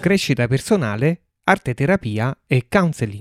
crescita personale, arte terapia e counseling.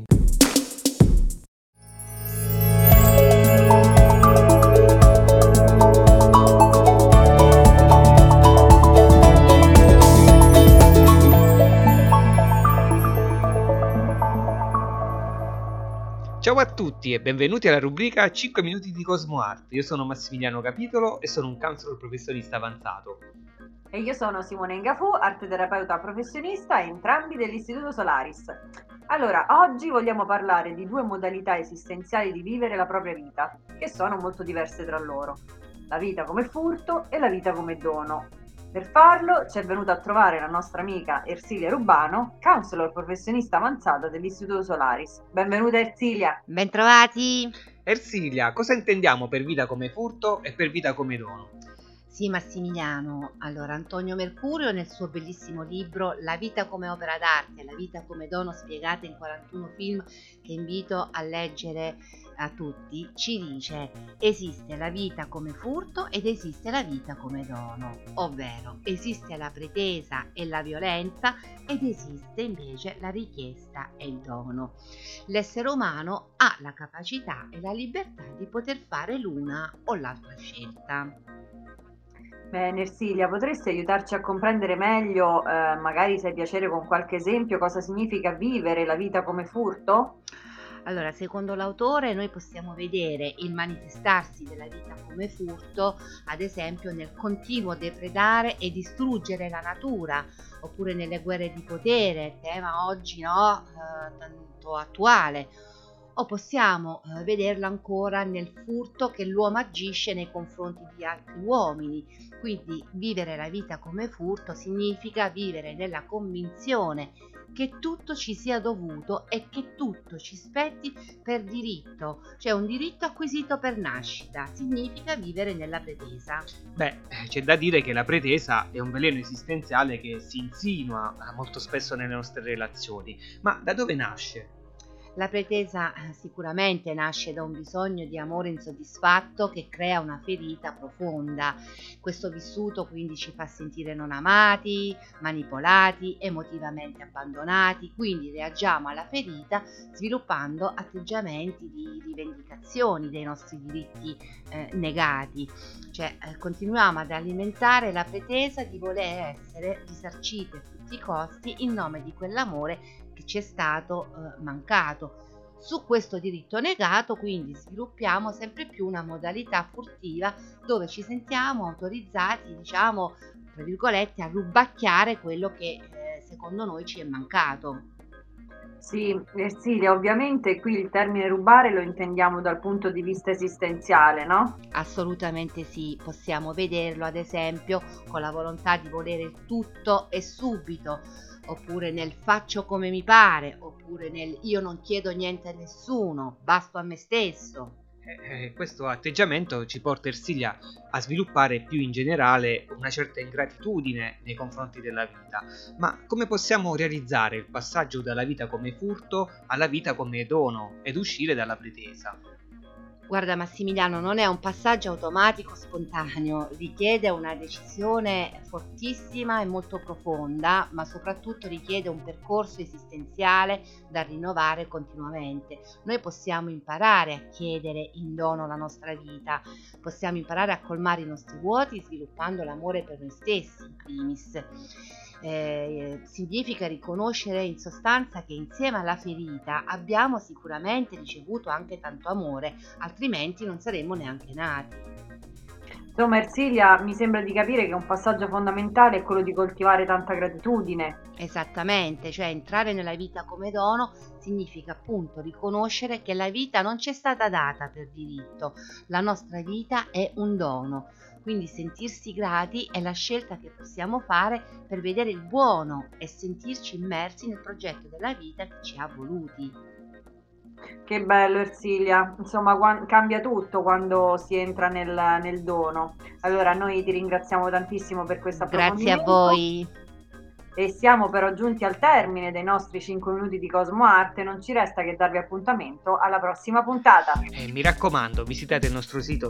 Ciao a tutti e benvenuti alla rubrica 5 minuti di Cosmo Art. Io sono Massimiliano Capitolo e sono un counselor professionista avanzato. E io sono Simone Ingafù, arte terapeuta professionista, entrambi dell'Istituto Solaris. Allora, oggi vogliamo parlare di due modalità esistenziali di vivere la propria vita, che sono molto diverse tra loro. La vita come furto e la vita come dono. Per farlo ci è venuta a trovare la nostra amica Ersilia Rubano, counselor professionista avanzata dell'Istituto Solaris. Benvenuta Ersilia! Bentrovati! Ersilia, cosa intendiamo per vita come furto e per vita come dono? Sì, Massimiliano, allora Antonio Mercurio nel suo bellissimo libro La vita come opera d'arte, la vita come dono spiegata in 41 film che invito a leggere a tutti, ci dice: esiste la vita come furto ed esiste la vita come dono, ovvero esiste la pretesa e la violenza ed esiste invece la richiesta e il dono. L'essere umano ha la capacità e la libertà di poter fare l'una o l'altra scelta. Bene, Ersilia, potresti aiutarci a comprendere meglio, magari se hai piacere con qualche esempio, cosa significa vivere la vita come furto? Allora, secondo l'autore, noi possiamo vedere il manifestarsi della vita come furto, ad esempio nel continuo depredare e distruggere la natura, oppure nelle guerre di potere, tema oggi tanto attuale. O possiamo vederlo ancora nel furto che l'uomo agisce nei confronti di altri uomini. Quindi vivere la vita come furto significa vivere nella convinzione che tutto ci sia dovuto e che tutto ci spetti per diritto, cioè un diritto acquisito per nascita. Significa vivere nella pretesa. C'è da dire che la pretesa è un veleno esistenziale che si insinua molto spesso nelle nostre relazioni. Ma da dove nasce? La pretesa sicuramente nasce da un bisogno di amore insoddisfatto che crea una ferita profonda. Questo vissuto quindi ci fa sentire non amati, manipolati, emotivamente abbandonati, quindi reagiamo alla ferita sviluppando atteggiamenti di rivendicazione dei nostri diritti negati. Cioè continuiamo ad alimentare la pretesa di voler essere risarcite a tutti i costi in nome di quell'amore che ci è stato mancato. Su questo diritto negato quindi sviluppiamo sempre più una modalità furtiva dove ci sentiamo autorizzati, diciamo, tra virgolette, a rubacchiare quello che secondo noi ci è mancato. Sì, Ersilia, ovviamente qui il termine rubare lo intendiamo dal punto di vista esistenziale, no? Assolutamente sì, possiamo vederlo ad esempio con la volontà di volere il tutto e subito, oppure nel faccio come mi pare, oppure nel io non chiedo niente a nessuno, basto a me stesso. Questo atteggiamento ci porta, Ersilia, a sviluppare più in generale una certa ingratitudine nei confronti della vita. Ma come possiamo realizzare il passaggio dalla vita come furto alla vita come dono ed uscire dalla pretesa? Guarda Massimiliano, non è un passaggio automatico spontaneo, richiede una decisione fortissima e molto profonda, ma soprattutto richiede un percorso esistenziale da rinnovare continuamente. Noi possiamo imparare a chiedere in dono la nostra vita, possiamo imparare a colmare i nostri vuoti sviluppando l'amore per noi stessi, in primis. Significa riconoscere in sostanza che insieme alla ferita abbiamo sicuramente ricevuto anche tanto amore, altrimenti non saremmo neanche nati. Insomma, Ersilia, mi sembra di capire che un passaggio fondamentale è quello di coltivare tanta gratitudine. Esattamente, cioè entrare nella vita come dono significa appunto riconoscere che la vita non ci è stata data per diritto, la nostra vita è un dono. Quindi sentirsi grati è la scelta che possiamo fare per vedere il buono e sentirci immersi nel progetto della vita che ci ha voluti. Che bello Ersilia, insomma cambia tutto quando si entra nel dono. Allora noi ti ringraziamo tantissimo per questo Grazie a approfondimento. voi. E siamo però giunti al termine dei nostri 5 minuti di Cosmo Arte, non ci resta che darvi appuntamento alla prossima puntata. Mi raccomando, visitate il nostro sito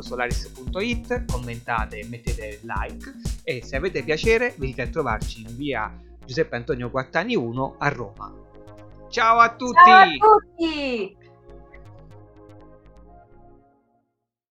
solaris.it, commentate e mettete like e se avete piacere venite a trovarci in via Giuseppe Antonio Guattani 1 a Roma. Ciao a tutti! Ciao a tutti!